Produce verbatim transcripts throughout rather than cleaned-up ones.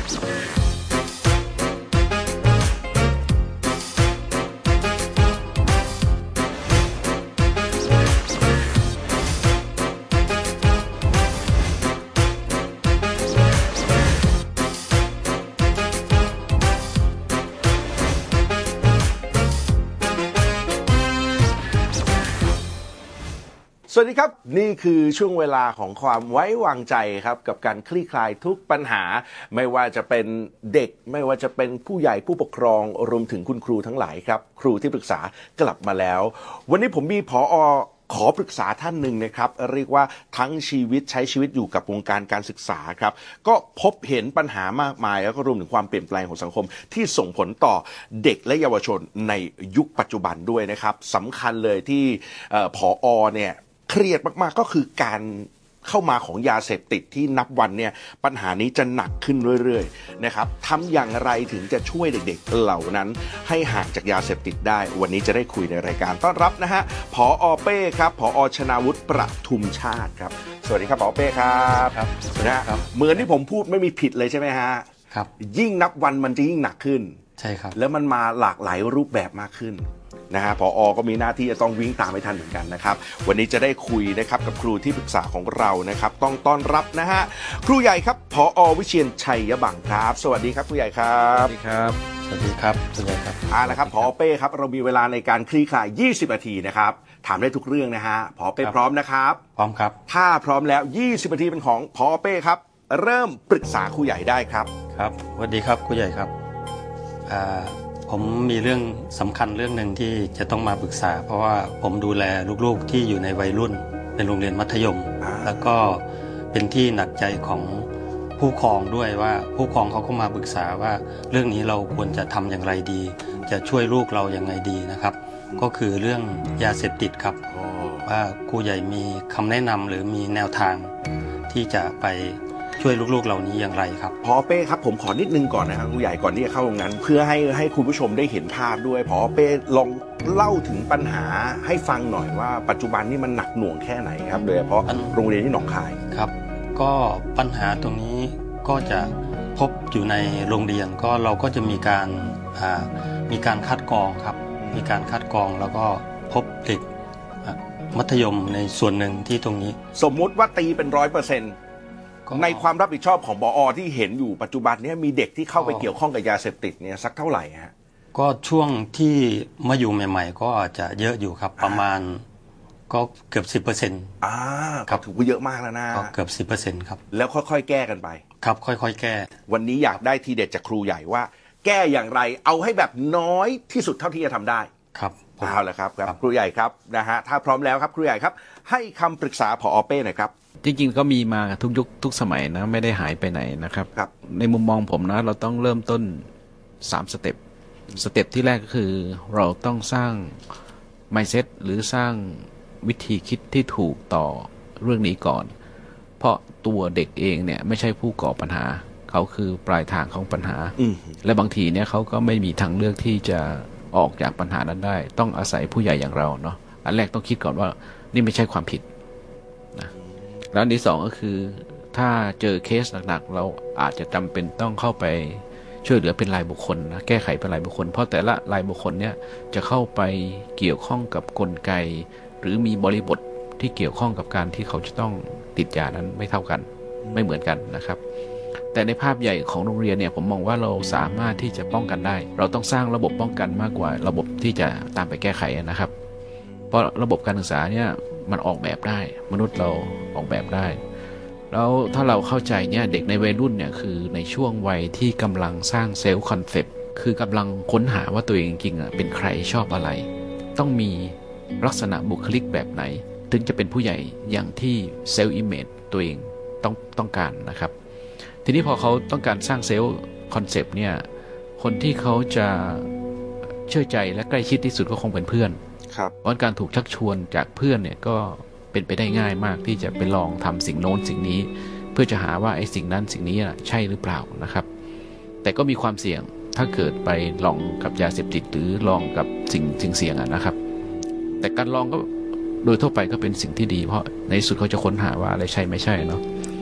สวัสดีครับนี่คือช่วงเวลาของความไว้วางใจครับกับการคลี่คลายทุกปัญหาไม่ว่าจะเป็นเด็กไม่ว่าจะเป็นผู้ใหญ่ผู้ปกครองรวมถึงคุณครูทั้งหลายครับครูที่ปรึกษากลับมาแล้ววันนี้ผมมีผอ.ขอปรึกษาท่านหนึ่งนะครับเรียกว่าทั้งชีวิตใช้ชีวิตอยู่กับวงการการศึกษาครับก็พบเห็นปัญหามากมายแล้วก็รวมถึงความเปลี่ยนแปลงของสังคมที่ส่งผลต่อเด็กและเยาวชนในยุคปัจจุบันด้วยนะครับสำคัญเลยที่ผอ.เนี่ยเครียดมากๆก็คือการเข้ามาของยาเสพติดที่นับวันเนี่ยปัญหานี้จะหนักขึ้นเรื่อยๆนะครับทำอย่างไรถึงจะช่วยเด็กๆเหล่านั้นให้ห่างจากยาเสพติดได้วันนี้จะได้คุยในรายการต้อนรับนะฮะผอ.เป้ครับผอ.ชนาวุฒิประทุมชาติครับสวัสดีครับผอ.เป้ครับครับนะครับเหมือนที่ผมพูดไม่มีผิดเลยใช่ไหมฮะครับยิ่งนับวันมันจะยิ่งหนักขึ้นใช่ครับแล้วมันมาหลากหลายรูปแบบมากขึ้นนะฮะผอ.ก็มีหน้าที่จะต้องวิ่งตามให้ทันเหมือนกันนะครับวันนี้จะได้คุยนะครับกับครูที่ปรึกษาของเรานะครับต้องต้อนรับนะฮะครูใหญ่ครับผอ.วิเชียรชัยบังครับสวัสดีครับครูใหญ่ครับสวัสดีครับสวัสดีครับสวัสดีครับอ่าละครับผอ.เป้ครับเรามีเวลาในการคลี่คลายยี่สิบนาทีนะครับถามได้ทุกเรื่องนะฮะผอ.เป้พร้อมนะครับพร้อมครับถ้าพร้อมแล้วยี่สิบนาทีเป็นของผอ.เป้ครับเริ่มปรึกษาครูใหญ่ได้ครับครับสวัสดีครับครูใหญ่ครับอ่าผมมีเรื่องสำคัญเรื่องหนึ่งที่จะต้องมาปรึกษาเพราะว่าผมดูแลลูกๆที่อยู่ในวัยรุ่นในโรงเรียนมัธยมแล้วก็เป็นที่หนักใจของผู้ปกครองด้วยว่าผู้ปกครองเขาก็มาปรึกษาว่าเรื่องนี้เราควรจะทำอย่างไรดีจะช่วยลูกเราอย่างไรดีนะครับก็คือเรื่องยาเสพติดครับว่าครูใหญ่มีคำแนะนำหรือมีแนวทางที่จะไปช่วยลูกๆเหล่านี้อย่างไรครับผอ.เป้ครับผมขอนิดนึงก่อนนะครับครูใหญ่ก่อนที่จะเข้าตรงนั้นเพื่อให้ให้คุณผู้ชมได้เห็นภาพด้วยผอ.เป้ลองเล่าถึงปัญหาให้ฟังหน่อยว่าปัจจุบันนี้มันหนักหน่วงแค่ไหนครับโดยเฉพาะโรงเรียนที่หนองคายครับก็ปัญหาตรงนี้ก็จะพบอยู่ในโรงเรียนก็เราก็จะมีการอ่ามีการคัดกรองครับมีการคัดกรองแล้วก็พบเด็กมัธยมในส่วนหนึ่งที่ตรงนี้สมมุติว่าตีเป็นร้อยเปอร์เซ็นต์ในความรับผิดชอบของบอ.ที่เห็นอยู่ปัจจุบันนี้มีเด็กที่เข้าไปเกี่ยวข้องกับยาเสพติดเนี่ยสักเท่าไหร่ฮะก็ช่วงที่มาอยู่ใหม่ๆก็อาจจะเยอะอยู่ครับประมาณก็เกือบสิบเปอร์เซ็นต์อ่าครับถือว่าเยอะมากแล้วนะก็เกือบสิบเปอร์เซ็นต์ครับแล้วค่อยๆแก้กันไปครับค่อยๆแก้วันนี้อยากได้ทีเด็ดจากครูใหญ่ว่าแก้อย่างไรเอาให้แบบน้อยที่สุดเท่าที่จะทำได้ครับเอาละครับครับครูใหญ่ครับนะฮะถ้าพร้อมแล้วครับครูใหญ่ครับให้คำปรึกษาผอ.เป้หน่อยครับจริงๆก็มีมาทุกยุคทุกสมัยนะไม่ได้หายไปไหนนะครับครับในมุมมองผมนะเราต้องเริ่มต้นสามสเต็ปสเต็ปที่แรกก็คือเราต้องสร้าง mindset หรือสร้างวิธีคิดที่ถูกต่อเรื่องนี้ก่อนเพราะตัวเด็กเองเนี่ยไม่ใช่ผู้ก่อปัญหาเขาคือปลายทางของปัญหาและบางทีเนี่ยเขาก็ไม่มีทางเลือกที่จะออกจากปัญหานั้นได้ต้องอาศัยผู้ใหญ่อย่างเราเนาะอันแรกต้องคิดก่อนว่านี่ไม่ใช่ความผิดนะแล้วอันที่สองก็คือถ้าเจอเคสหนักๆเราอาจจะจำเป็นต้องเข้าไปช่วยเหลือเป็นรายบุคคลนะแก้ไขเป็นรายบุคคลเพราะแต่ละรายบุคคลเนี่ยจะเข้าไปเกี่ยวข้องกับกลไกหรือมีบริบทที่เกี่ยวข้องกับการที่เขาจะต้องติดยานั้นไม่เท่ากันไม่เหมือนกันนะครับแต่ในภาพใหญ่ของโรงเรียนเนี่ยผมมองว่าเราสามารถที่จะป้องกันได้เราต้องสร้างระบบป้องกันมากกว่าระบบที่จะตามไปแก้ไขนะครับเพราะระบบการศึกษาเนี่ยมันออกแบบได้มนุษย์เราออกแบบได้แล้วถ้าเราเข้าใจเนี่ยเด็กในวัยรุ่นเนี่ยคือในช่วงวัยที่กำลังสร้างเซลล์คอนเซปต์คือกำลังค้นหาว่าตัวเองจริงๆอ่ะเป็นใครชอบอะไรต้องมีลักษณะบุคลิกแบบไหนถึงจะเป็นผู้ใหญ่อย่างที่เซลล์อิมเมจตัวเองต้องต้องการนะครับทีนี้พอเขาต้องการสร้างเซลล์คอนเซปต์เนี่ยคนที่เขาจะเชื่อใจและใกล้ชิดที่สุดก็คงเป็นเพื่อนเพราะการถูกชักชวนจากเพื่อนเนี่ยก็เป็นไปได้ง่ายมากที่จะไปลองทำสิ่งโน้นสิ่งนี้เพื่อจะหาว่าไอ้สิ่งนั้นสิ่งนี้ใช่หรือเปล่านะครับแต่ก็มีความเสี่ยงถ้าเกิดไปลองกับยาเสพติดหรือลองกับสิ่งสิ่งเสี่ยงนะครับแต่การลองก็โดยทั่วไปก็เป็นสิ่งที่ดีเพราะในสุดเขาจะค้นหาว่าอะไรใช่ไม่ใช่เนาะที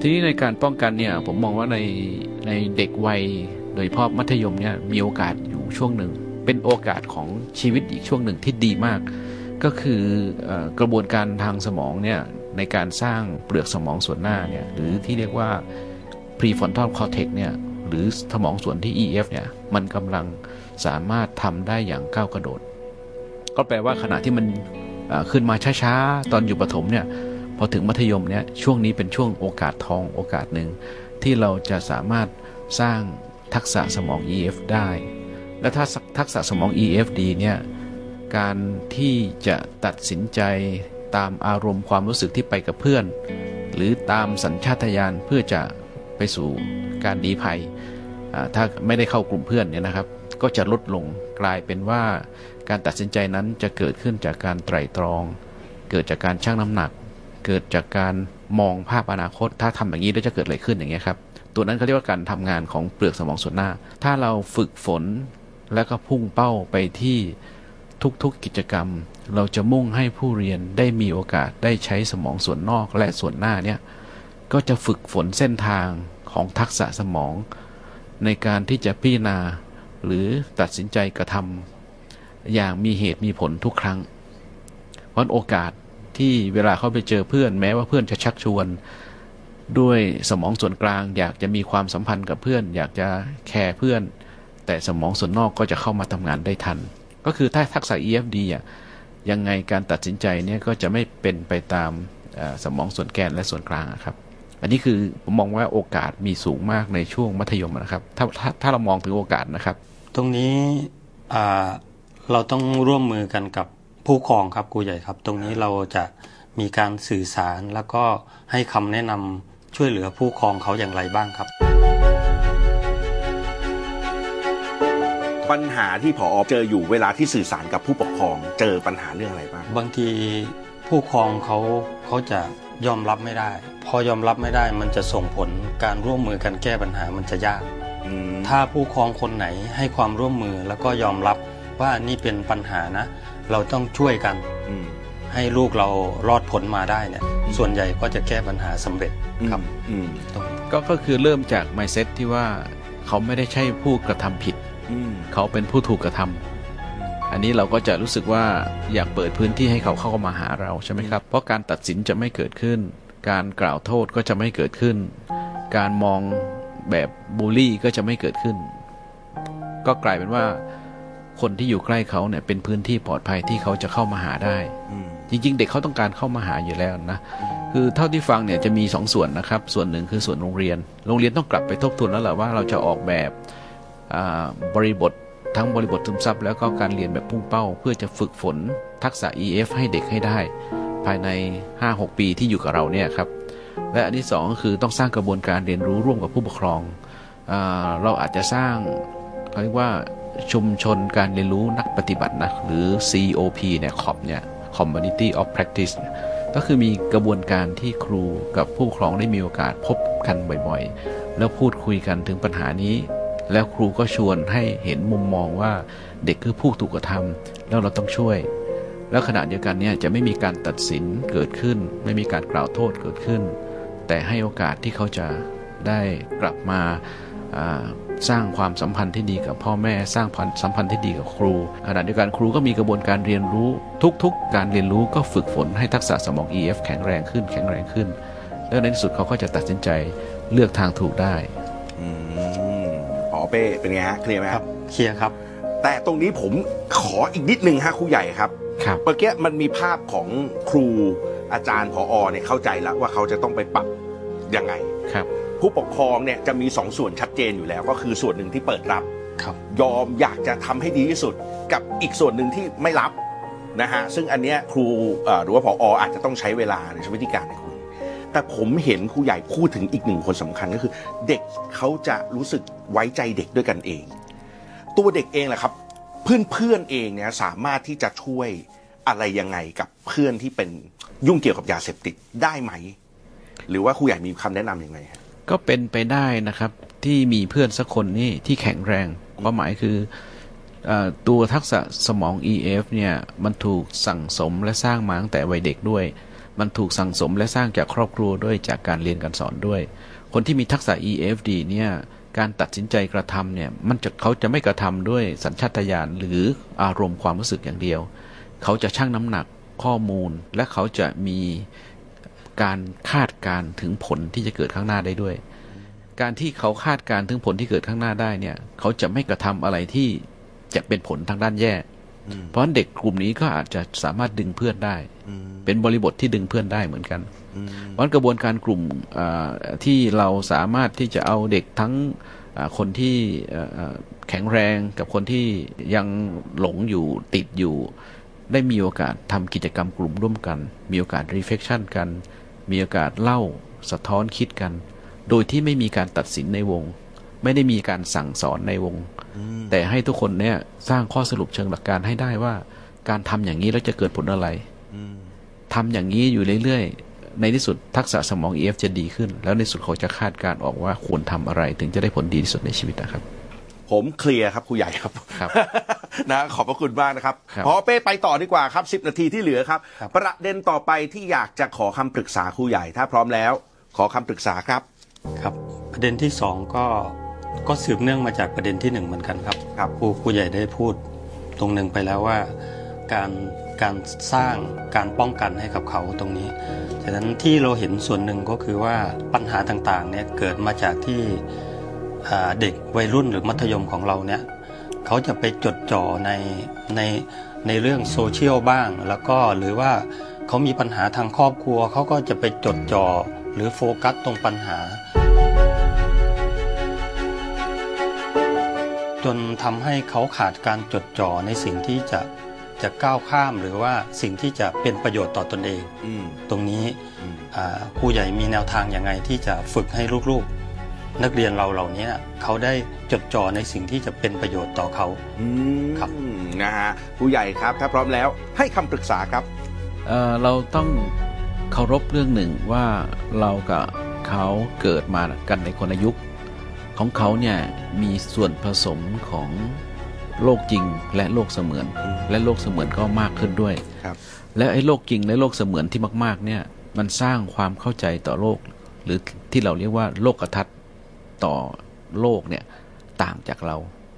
ทีนี้ในการป้องกันเนี่ยผมมองว่าในในเด็กวัยโดยเฉพาะมัธยมเนี่ยมีโอกาสอยู่ช่วงหนึ่งเป็นโอกาสของชีวิตอีกช่วงหนึ่งที่ดีมากก็คือกระบวนการทางสมองเนี่ยในการสร้างเปลือกสมองส่วนหน้าเนี่ยหรือที่เรียกว่า prefrontal cortex เนี่ยหรือสมองส่วนที่ อี เอฟ เนี่ยมันกำลังสามารถทำได้อย่างก้าวกระโดดก็แปลว่าขณะที่มันขึ้นมาช้าๆตอนอยู่ประถมเนี่ยพอถึงมัธยมเนี่ยช่วงนี้เป็นช่วงโอกาสทองโอกาสหนึ่งที่เราจะสามารถสร้างทักษะสมอง อี เอฟ ได้และถ้าทักษะสมอง อี เอฟ ดีเนี่ยการที่จะตัดสินใจตามอารมณ์ความรู้สึกที่ไปกับเพื่อนหรือตามสัญชาตญาณเพื่อจะไปสู่การหนีภัยถ้าไม่ได้เข้ากลุ่มเพื่อนเนี่ยนะครับก็จะลดลงกลายเป็นว่าการตัดสินใจนั้นจะเกิดขึ้นจากการไตร่ตรองเกิดจากการชั่งน้ำหนักเกิดจากการมองภาพอนาคตถ้าทำอย่างนี้แล้วจะเกิดอะไรขึ้นอย่างเงี้ยครับตัวนั้นเขาเรียกว่าการทำงานของเปลือกสมองส่วนหน้าถ้าเราฝึกฝนแล้วก็พุ่งเป้าไปที่ทุกๆกิจกรรมเราจะมุ่งให้ผู้เรียนได้มีโอกาสได้ใช้สมองส่วนนอกและส่วนหน้าเนี่ยก็จะฝึกฝนเส้นทางของทักษะสมองในการที่จะพิจารณาหรือตัดสินใจกระทำอย่างมีเหตุมีผลทุกครั้งเพราะโอกาสที่เวลาเขาไปเจอเพื่อนแม้ว่าเพื่อนจะชักชวนด้วยสมองส่วนกลางอยากจะมีความสัมพันธ์กับเพื่อนอยากจะแคร์เพื่อนแต่สมองส่วนนอกก็จะเข้ามาทำงานได้ทันก็คือถ้าทักษะ อี เอฟ ดีอ่ะยังไงการตัดสินใจเนี่ยก็จะไม่เป็นไปตามสมองส่วนแกนและส่วนกลางครับอันนี้คือผมมองว่าโอกาสมีสูงมากในช่วงมัธยมนะครับถ้าถ้าถ้าเรามองถึงโอกาสนะครับตรงนี้เราต้องร่วมมือกันกับผู้ปกครองครับครูใหญ่ครับตรงนี้เราจะมีการสื่อสารแล้วก็ให้คำแนะนำช่วยเหลือผู้ปกครองเขาอย่างไรบ้างครับปัญหาที่ผอ.เจออยู่เวลาที่สื่อสารกับผู้ปกครองเจอปัญหาเรื่องอะไรบ้างบางทีผู้ปกครองเขาเขาจะยอมรับไม่ได้พอยอมรับไม่ได้มันจะส่งผลการร่วมมือกันแก้ปัญหามันจะยากถ้าผู้ปกครองคนไหนให้ความร่วมมือแล้วก็ยอมรับว่านี่เป็นปัญหานะเราต้องช่วยกันให้ลูกเรารอดพ้นมาได้เนี่ยส่วนใหญ่ก็จะแก้ปัญหาสำเร็จครับก็ก็คือเริ่มจาก mindset ที่ว่าเขาไม่ได้ใช่ผู้กระทำผิดเขาเป็นผู้ถูกกระทำอันนี้เราก็จะรู้สึกว่าอยากเปิดพื้นที่ให้เขาเข้ามาหาเราใช่ไหมครับเพราะการตัดสินจะไม่เกิดขึ้นการกล่าวโทษก็จะไม่เกิดขึ้นการมองแบบบูลลี่ก็จะไม่เกิดขึ้นก็กลายเป็นว่าคนที่อยู่ใกล้เขาเนี่ยเป็นพื้นที่ปลอดภัยที่เขาจะเข้ามาหาได้จริงๆเด็กเขาต้องการเข้ามาหาอยู่แล้วนะคือเท่าที่ฟังเนี่ยจะมีสองส่วนนะครับส่วนหนึ่งคือส่วนโรงเรียนโรงเรียนต้องกลับไปทบทวนแล้วแหละว่าเราจะออกแบบบริบททั้งบริบทซึมซับแล้วก็การเรียนแบบพุ่งเป้าเพื่อจะฝึกฝนทักษะ อี เอฟ ให้เด็กให้ได้ภายใน ห้าหก ปีที่อยู่กับเราเนี่ยครับและอันที่สองก็คือต้องสร้างกระบวนการเรียนรู้ร่วมกับผู้ปกครองเราอาจจะสร้างเขาเรียกว่าชุมชนการเรียนรู้นักปฏิบัตินะหรือ ซี โอ พี เนี่ย ซี โอ พี เนี่ย Community of Practice ก็คือมีกระบวนการที่ครูกับผู้ปกครองได้มีโอกาสพบกันบ่อยๆแล้วพูดคุยกันถึงปัญหานี้แล้วครูก็ชวนให้เห็นมุมมองว่าเด็กคือผู้ถูกกระทำแล้วเราต้องช่วยแล้วขณะเดียวกันเนี่ยจะไม่มีการตัดสินเกิดขึ้นไม่มีการกล่าวโทษเกิดขึ้นแต่ให้โอกาสที่เขาจะได้กลับมาสร้างความสัมพันธ์ที่ดีกับพ่อแม่สร้างสัมพันธ์ที่ดีกับครูขณะเดียวกันครูก็มีกระบวนการเรียนรู้ทุกๆการเรียนรู้ก็ฝึกฝนให้ทักษะสมอง อี เอฟ แข็งแรงขึ้นแข็งแรงขึ้นแล้วในที่สุดเขาก็จะตัดสินใจเลือกทางถูกได้ผอ.เป้เป็นไงฮะเคลียร์ไหมครับเคลียร์ครับแต่ตรงนี้ผมขออีกนิดนึงฮะครูใหญ่ครับเมื่อกี้มันมีภาพของครูอาจารย์ผอ.เนี่ยเข้าใจแล้วว่าเขาจะต้องไปปรับยังไงครับผู้ปกครองเนี่ยจะมีสองส่วนชัดเจนอยู่แล้วก็คือส่วนหนึ่งที่เปิดรับยอมอยากจะทำให้ดีที่สุดกับอีกส่วนหนึ่งที่ไม่รับนะฮะซึ่งอันเนี้ยครูหรือว่าผอ.อาจจะต้องใช้เวลาในวิธีการในคุยแต่ผมเห็นครูใหญ่พูดถึงอีกหนึ่งคนสำคัญก็คือเด็กเขาจะรู้สึกไว้ใจเด็กด้วยกันเองตัวเด็กเองแหละครับเพื่อนเพื่อนเองเนี่ยสามารถที่จะช่วยอะไรยังไงกับเพื่อนที่เป็นยุ่งเกี่ยวกับยาเสพติดได้ไหมหรือว่าครูใหญ่มีคำแนะนำยังไงก็เป็นไปได้นะครับที่มีเพื่อนสักคนนี่ที่แข็งแรงความหมายคือตัวทักษะสมอง อี เอฟ เนี่ยมันถูกสั่งสมและสร้างมาตั้งแต่วัยเด็กด้วยมันถูกสั่งสมและสร้างจากครอบครัวด้วยจากการเรียนการสอนด้วยคนที่มีทักษะ อี เอฟ ดี เนี่ยการตัดสินใจกระทำเนี่ยมันจะเขาจะไม่กระทำด้วยสัญชาตญาณหรืออารมณ์ความรู้สึกอย่างเดียวเขาจะชั่งน้ำหนักข้อมูลและเขาจะมีการคาดการณ์ถึงผลที่จะเกิดข้างหน้าได้ด้วยการที่เขาคาดการณ์ถึงผลที่เกิดข้างหน้าได้เนี่ยเขาจะไม่กระทำอะไรที่จะเป็นผลทางด้านแย่เพราะเด็กกลุ่มนี้ก็อาจจะสามารถดึงเพื่อนได้เป็นบริบทที่ดึงเพื่อนได้เหมือนกันเพราะกระบวนการกลุ่มที่เราสามารถที่จะเอาเด็กทั้งคนที่แข็งแรงกับคนที่ยังหลงอยู่ติดอยู่ได้มีโอกาสทำกิจกรรมกลุ่มร่วมกันมีโอกาส reflection กันมีโอกาสเล่าสะท้อนคิดกันโดยที่ไม่มีการตัดสินในวงไม่ได้มีการสั่งสอนในวงแต่ให้ทุกคนเนี่ยสร้างข้อสรุปเชิงหลักการให้ได้ว่าการทำอย่างนี้แล้วจะเกิดผลอะไรทำอย่างนี้อยู่เรื่อยๆในที่สุดทักษะสมอง อี เอฟ จะดีขึ้นแล้วในสุดเขาจะคาดการออกว่าควรทำอะไรถึงจะได้ผลดีที่สุดในชีวิตนะครับผมเคลียร์ครับครูใหญ่ครับ นะขอบพระคุณมากนะครับพอเป้ไปต่อดีกว่าครับสิบนาทีที่เหลือครับประเด็นต่อไปที่อยากจะขอคำปรึกษาครูใหญ่ถ้าพร้อมแล้วขอคำปรึกษาครับครับประเด็นที่สองก็ก็สืบเนื่องมาจากประเด็นที่หนึ่งเหมือนกันครับครับครูครูใหญ่ได้พูดตรงหนึ่งไปแล้วว่าการการสร้างการป้องกันให้กับเขาตรงนี้ฉะนั้นที่เราเห็นส่วนหนึ่งก็คือว่าปัญหาต่างๆเนี่ยเกิดมาจากที่เด็กวัยรุ่นหรือมัธยมของเราเนี่ยเขาจะไปจดจ่อในในในเรื่องโซเชียลบ้างแล้วก็หรือว่าเขามีปัญหาทางครอบครัวเขาก็จะไปจดจ่อหรือโฟกัสตรงปัญหาจนทำให้เขาขาดการจดจ่อในสิ่งที่จะจะก้าวข้ามหรือว่าสิ่งที่จะเป็นประโยชน์ต่อตนเองตรงนี้ครูใหญ่มีแนวทางอย่างไรที่จะฝึกให้ลูกๆนักเรียนเราเหล่านี้เขาได้จดจ่อในสิ่งที่จะเป็นประโยชน์ต่อเขาครับนะฮะครูใหญ่ครับถ้าพร้อมแล้วให้คำปรึกษาครับเอ่อ เราต้องเคารพเรื่องหนึ่งว่าเรากับเขาเกิดมากันในคนละยุคของเขาเนี่ยมีส่วนผสมของโลกจริงและโลกเสมือนและโลกเสมือนก็มากขึ้นด้วยและไอ้โลกจริงและโลกเสมือนที่มากๆเนี่ยมันสร้างความเข้าใจต่อโลกหรือที่เราเรียกว่าโลกทัศน์ต่อโลกเนี่ยต่างจากเรา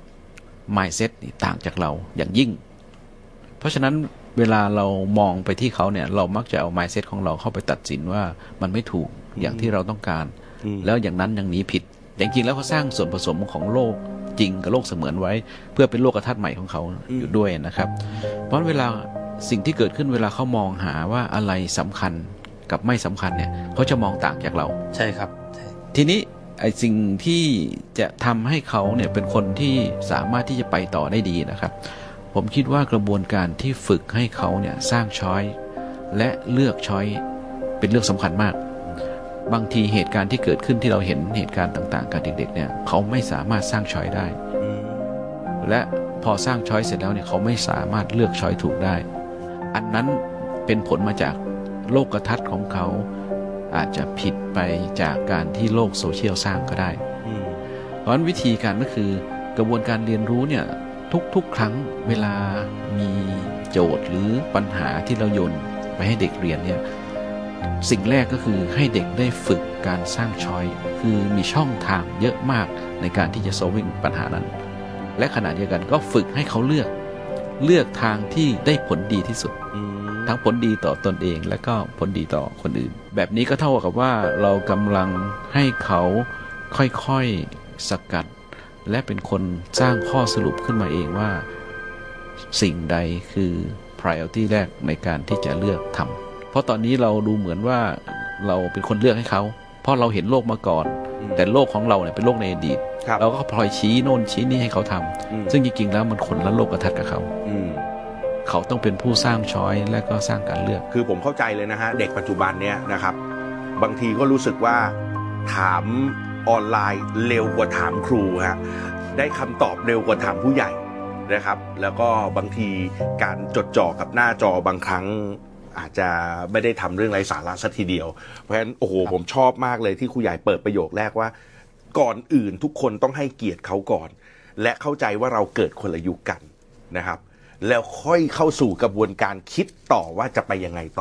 mindset นี่ต่างจากเราอย่างยิ่งเพราะฉะนั้นเวลาเรามองไปที่เขาเนี่ยเรามักจะเอา mindset ของเราเข้าไปตัดสินว่ามันไม่ถูกอย่างที่เราต้องการแล้วอย่างนั้นอย่างนี้ผิดจริงๆแล้วเขาสร้างส่วนผสมของโลกจริงกับโลกเสมือนไว้เพื่อเป็นโลกทัศน์ใหม่ของเขาอยู่ด้วยนะครับเพราะเวลาสิ่งที่เกิดขึ้นเวลาเขามองหาว่าอะไรสำคัญกับไม่สำคัญเนี่ยเขาจะมองต่างจากเราใช่ครับทีนี้ไอ้สิ่งที่จะทำให้เขาเนี่ยเป็นคนที่สามารถที่จะไปต่อได้ดีนะครับผมคิดว่ากระบวนการที่ฝึกให้เขาเนี่ยสร้างช้อยและเลือกช้อยเป็นเรื่องสำคัญมากบางทีเหตุการณ์ที่เกิดขึ้นที่เราเห็นเหตุการณ์ต่างๆกับเด็กๆเนี่ยเขาไม่สามารถสร้างช้อยได้และพอสร้างช้อยเสร็จแล้วเนี่ยเขาไม่สามารถเลือกช้อยถูกได้อันนั้นเป็นผลมาจากโลกทัศน์ของเขาอาจจะผิดไปจากการที่โลกโซเชียลสร้างก็ได้เพราะฉะนั้นวิธีการก็คือกระบวนการเรียนรู้เนี่ยทุกๆครั้งเวลามีโจทย์หรือปัญหาที่เราโยนไปให้เด็กเรียนเนี่ยสิ่งแรกก็คือให้เด็กได้ฝึกการสร้างช้อยคือมีช่องทางเยอะมากในการที่จะ solving ปัญหานั้นและขณะเดียวกันก็ฝึกให้เขาเลือกเลือกทางที่ได้ผลดีที่สุดทั้งผลดีต่อตนเองและก็ผลดีต่อคนอื่นแบบนี้ก็เท่ากับว่าเรากำลังให้เขาค่อยๆสกัดและเป็นคนสร้างข้อสรุปขึ้นมาเองว่าสิ่งใดคือ priority แรกในการที่จะเลือกทำเพราะตอนนี้เราดูเหมือนว่าเราเป็นคนเลือกให้เขาเพราะเราเห็นโลกมาก่อนแต่โลกของเราเนี่ยเป็นโลกในอดีตเราก็พลอยชี้โน่นชี้นี่ให้เขาทำซึ่งจริงๆแล้วมันคนละโลกทัศน์กับเขาเขาต้องเป็นผู้สร้างช้อยและก็สร้างการเลือกคือผมเข้าใจเลยนะฮะเด็กปัจจุบันเนี่ยนะครับบางทีก็รู้สึกว่าถามออนไลน์เร็วกว่าถามครูฮะได้คำตอบเร็วกว่าถามผู้ใหญ่นะครับแล้วก็บางทีการจดจ่อกับหน้าจอบางครั้งอาจจะไม่ได้ทำเรื่องไร้สาระสักทีเดียวเพราะฉะนั้นโอ้โหผมชอบมากเลยที่ครูใหญ่เปิดประโยคแรกว่าก่อนอื่นทุกคนต้องให้เกียรติเขาก่อนและเข้าใจว่าเราเกิดคนละยุคกันนะครับแล้วค่อยเข้าสู่กระบวนการคิดต่อว่าจะไปยังไงต่อ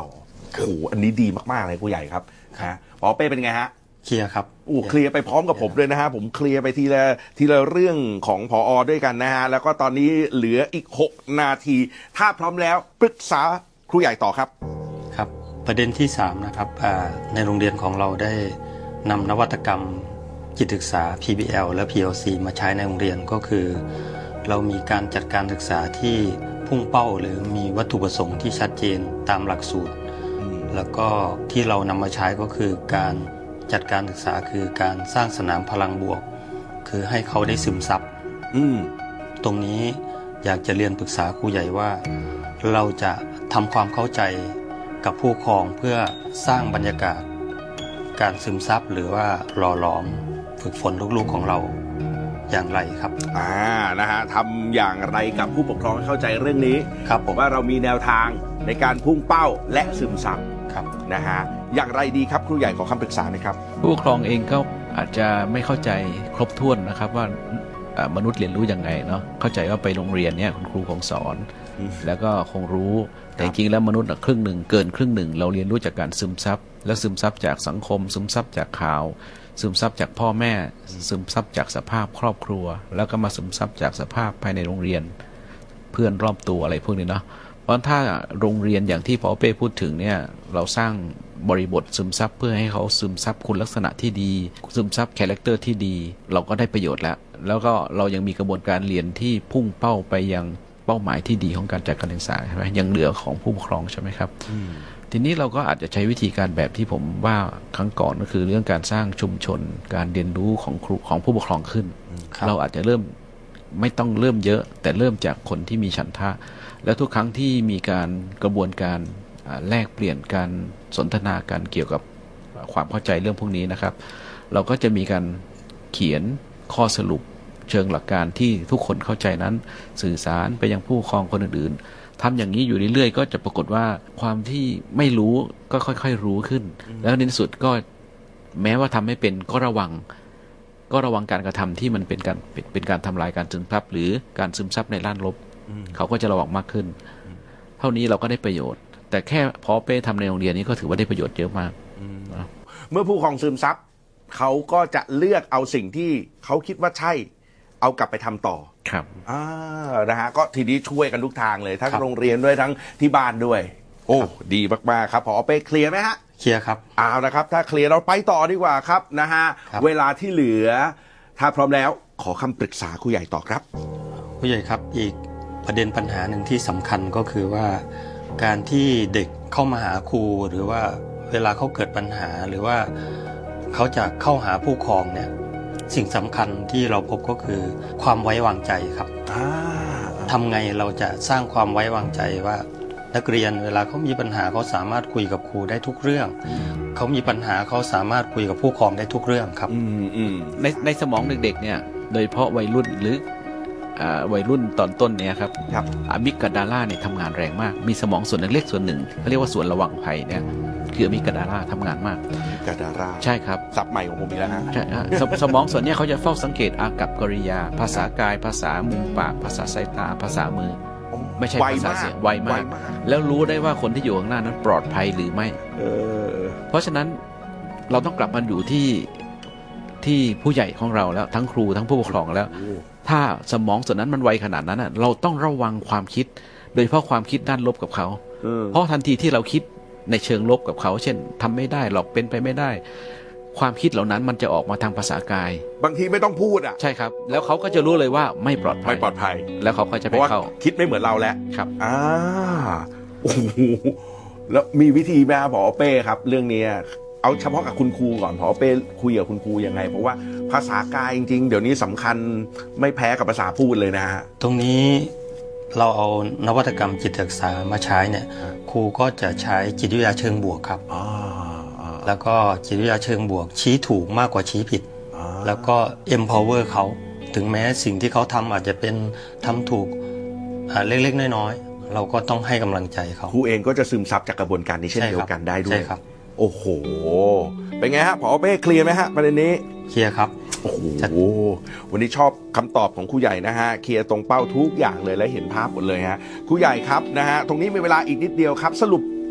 โอ้โหอันนี้ดีมากๆเลยครูใหญ่ครับฮะผอเป้เป็นไงฮะเคลียร์ครับโอ้เคลียร์ไปพร้อมกับผมเลยนะฮะผมเคลียร์ไปทีละทีละเรื่องของผอด้วยกันนะฮะแล้วก็ตอนนี้เหลืออีกหกนาทีถ้าพร้อมแล้วปรึกษาครูใหญ่ต่อครับครับประเด็นที่สามนะครับในโรงเรียนของเราได้นำนวัตกรรมจิตศึกษา พี บี แอล และ พี แอล ซี มาใช้ในโรงเรียนก็คือเรามีการจัดการศึกษาที่พุ่งเป้าหรือมีวัตถุประสงค์ที่ชัดเจนตามหลักสูตรแล้วก็ที่เรานำมาใช้ก็คือการจัดการศึกษาคือการสร้างสนามพลังบวกคือให้เขาได้ซึมซับตรงนี้อยากจะเรียนปรึกษาครูใหญ่ว่าเราจะทำความเข้าใจกับผู้ปกครองเพื่อสร้างบรรยากาศการซึมซับหรือว่าหล่อหลอมฝึกฝนลูกๆของเราอย่างไรครับอ่านะฮะทำอย่างไรกับผู้ปกครองเข้าใจเรื่องนี้ครับผมว่าเรามีแนวทางในการพุ่งเป้าและซึมซับครับนะฮะอย่างไรดีครับครูใหญ่ขอคำปรึกษาหน่อยครับผู้ปกครองเองก็อาจจะไม่เข้าใจครบถ้วนนะครับว่ามนุษย์เรียนรู้ยังไงเนาะเข้าใจว่าไปโรงเรียนเนี่ยคุณครูคงสอนแล้วก็คงรู้แต่จริงๆแล้วมนุษย์ครึ่งหนึ่งเกินครึ่งหนึ่งเราเรียนรู้จากการซึมซับแล้วซึมซับจากสังคมซึมซับจากข่าวซึมซับจากพ่อแม่ซึมซับจากสภาพครอบครัวแล้วก็มาซึมซับจากสภาพภายในโรงเรียนเพื่อนรอบตัวอะไรพวกนี้เนาะเพราะถ้าโรงเรียนอย่างที่ผอ.เป้พูดถึงเนี่ยเราสร้างบริบทซึมซับเพื่อให้เขาซึมซับคุณลักษณะที่ดีซึมซับคาแรคเตอร์ที่ดีเราก็ได้ประโยชน์แล้วแล้วก็เรายังมีกระบวนการเรียนที่พุ่งเป้าไปยังเป้าหมายที่ดีของการจัดการศึกษาใช่ไหมยังเหลือของผู้ปกครองใช่ไหมครับทีนี้เราก็อาจจะใช้วิธีการแบบที่ผมว่าครั้งก่อนก็คือเรื่องการสร้างชุมชนการเรียนรู้ของครูของผู้ปกครองขึ้นเราอาจจะเริ่มไม่ต้องเริ่มเยอะแต่เริ่มจากคนที่มีฉันทะแล้วทุกครั้งที่มีการกระบวนการแลกเปลี่ยนการสนทนากันเกี่ยวกับความเข้าใจเรื่องพวกนี้นะครับเราก็จะมีการเขียนข้อสรุปเชิงหลักการที่ทุกคนเข้าใจนั้นสื่อสารไปยังผู้ปกครองคนอื่นๆทำอย่างนี้อยู่เรื่อยๆก็จะปรากฏว่าความที่ไม่รู้ก็ค่อยๆรู้ขึ้นแล้วในที่สุดก็แม้ว่าทำไม่เป็นก็ระวังก็ระวังการกระทำที่มันเป็นการเป็นการทำลายการซึมซับหรือการซึมซับในด้านลบเขาก็จะระวังมากขึ้นเท่านี้เราก็ได้ประโยชน์แต่แค่พอเป้ทำในโรงเรียนนี้ก็ถือว่าได้ประโยชน์เยอะมากเมื่อผู้ปกครองซึมซับเขาก็จะเลือกเอาสิ่งที่เขาคิดว่าใช่เอากลับไปทำต่อครับอ่านะฮะก็ทีนี้ช่วยกันทุกทางเลยทั้งโรงเรียนด้วยทั้งที่บ้านด้วยโอ้ดีมากๆครับพอเป้เคลียร์ไหมฮะเคลียร์ครับเอาละครับถ้าเคลียร์เราไปต่อดีกว่าครับนะฮะเวลาที่เหลือถ้าพร้อมแล้วขอคำปรึกษาครูใหญ่ต่อครับครูใหญ่ครับอีกประเด็นปัญหาหนึ่งที่สำคัญก็คือว่าการที่เด็กเข้ามาหาครูหรือว่าเวลาเขาเกิดปัญหาหรือว่าเขาจะเข้าหาผู้ปกครองเนี่ยสิ่งสำคัญที่เราพบก็คือความไว้วางใจครับทำไงเราจะสร้างความไว้วางใจว่านักเรียนเวลาเขามีปัญหาเขาสามารถคุยกับครูได้ทุกเรื่องเขามีปัญหาเขาสามารถคุยกับผู้ปกครองได้ทุกเรื่องครับในในสมองเด็กๆเนี่ยโดยเฉพาะวัยรุ่นหรือวัยรุ่นตอนต้นเนี่ยครับอะมิกดาลาเนี่ยทำงานแรงมากมีสมองส่วนเล็กๆส่วนหนึ่งเขาเรียกว่าส่วนระวังภัยเนี่ยคืออะมิกดาลาทำงานมากอะมิกดาลาใช่ครับศัพท์ใหม่ของผมอีกแล้วฮะใช่สมองส่วนนี้เขาจะเฝ้าสังเกตอากับกริยาภาษากายภาษามุมปากภาษาสายตาภาษามือไม่ใช่ภาษาเสียงไวมากแล้วรู้ได้ว่าคนที่อยู่ข้างหน้านั้นปลอดภัยหรือไม่เพราะฉะนั้นเราต้องกลับมาอยู่ที่ที่ผู้ใหญ่ของเราแล้วทั้งครูทั้งผู้ปกครองแล้วถ้าสมองส่วนนั้นมันไวขนาดนั้นเราต้องระวังความคิดโดยเฉพาะความคิดด้านลบกับเขาเพราะทันทีที่เราคิดในเชิงลบกับเขาเช่นทำไม่ได้หรอกเป็นไปไม่ได้ความคิดเหล่านั้นมันจะออกมาทางภาษากายบางทีไม่ต้องพูดอ่ะใช่ครับแล้วเขาก็จะรู้เลยว่าไม่ปลอดภัยไม่ปลอดภัยแล้วเขาก็จะไปเข้าคิดไม่เหมือนเราแล้วครับอ่าโอ้โหแล้วมีวิธีไหมครับผอ.เป้ครับเรื่องนี้เอาเฉพาะกับคุณครูก่อนผอ.เป้คุยกับคุณครูยังไงเพราะว่าภาษากายจริงๆเดี๋ยวนี้สำคัญไม่แพ้กับภาษาพูดเลยนะฮะตรงนี้เราเอานวัตกรรมจิตศึกษามาใช้เนี่ยครูก็จะใช้จิตวิทยาเชิงบวกครับแล้วก็จิตวิทยาเชิงบวกชี้ถูกมากกว่าชี้ผิดแล้วก็ empower เขาถึงแม้สิ่งที่เขาทำอาจจะเป็นทำถูกเล็กๆน้อยๆเราก็ต้องให้กำลังใจเขาครูเองก็จะซึมซับจากกระบวนการนี้เช่นเดียวกันได้ด้วยใช่ครับโอ้โหเป็นไงฮะผอ.เป้เคลียร์ไหมฮะประเด็นนี้เคลียร์ครับโอ้โหวันนี้ชอบคำตอบของครูใหญ่นะฮะเคลียร์ตรงเป้าทุกอย่างเลยและเห็นภาพหมดเลยฮะครูใหญ่ครับนะฮะตรงนี้มีเวลาอีกนิดเดียวครับสรุป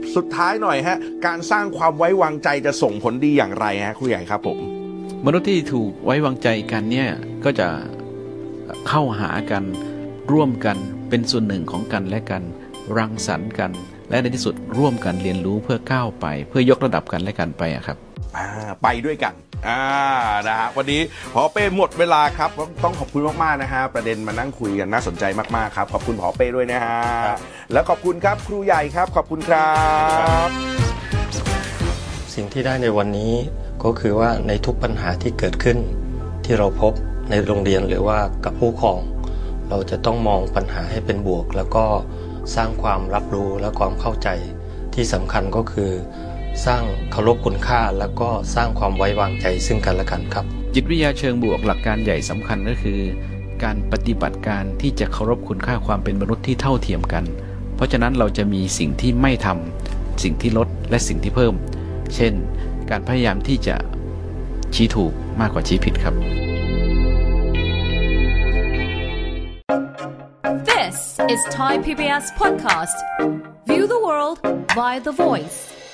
สุดท้ายหน่อยฮะการสร้างความไว้วางใจจะส่งผลดีอย่างไรฮะครูใหญ่ครับผมมนุษย์ที่ถูกไว้วางใจกันเนี่ยก็จะเข้าหากันร่วมกันเป็นส่วนหนึ่งของกันและกันรังสรรค์กันและในที่สุดร่วมกันเรียนรู้เพื่อก้าวไปเพื่อยกระดับกันและกันไปอะครับไปด้วยกันอ่านะฮะวันนี้ผอเป้หมดเวลาครับต้องขอบคุณมากๆนะฮะประเด็นมานั่งคุยกันน่าสนใจมากๆครับขอบคุณผอเป้ด้วยนะฮะแล้วขอบคุณครับครูใหญ่ครับขอบคุณครับสิ่งที่ได้ในวันนี้ก็คือว่าในทุกปัญหาที่เกิดขึ้นที่เราพบในโรงเรียนหรือว่ากับผู้ปกครองเราจะต้องมองปัญหาให้เป็นบวกแล้วก็สร้างความรับรู้และความเข้าใจที่สำคัญก็คือสร้างเคารพคุณค่าแล้วก็สร้างความไว้วางใจซึ่งกันและกันครับจิตวิทยาเชิงบวกหลักการใหญ่สำคัญก็คือการปฏิบัติการที่จะเคารพคุณค่าความเป็นมนุษย์ที่เท่าเทียมกันเพราะฉะนั้นเราจะมีสิ่งที่ไม่ทำสิ่งที่ลดและสิ่งที่เพิ่มเช่นการพยายามที่จะชี้ถูกมากกว่าชี้ผิดครับ This is Thai พี บี เอส podcast. View the world via the voice.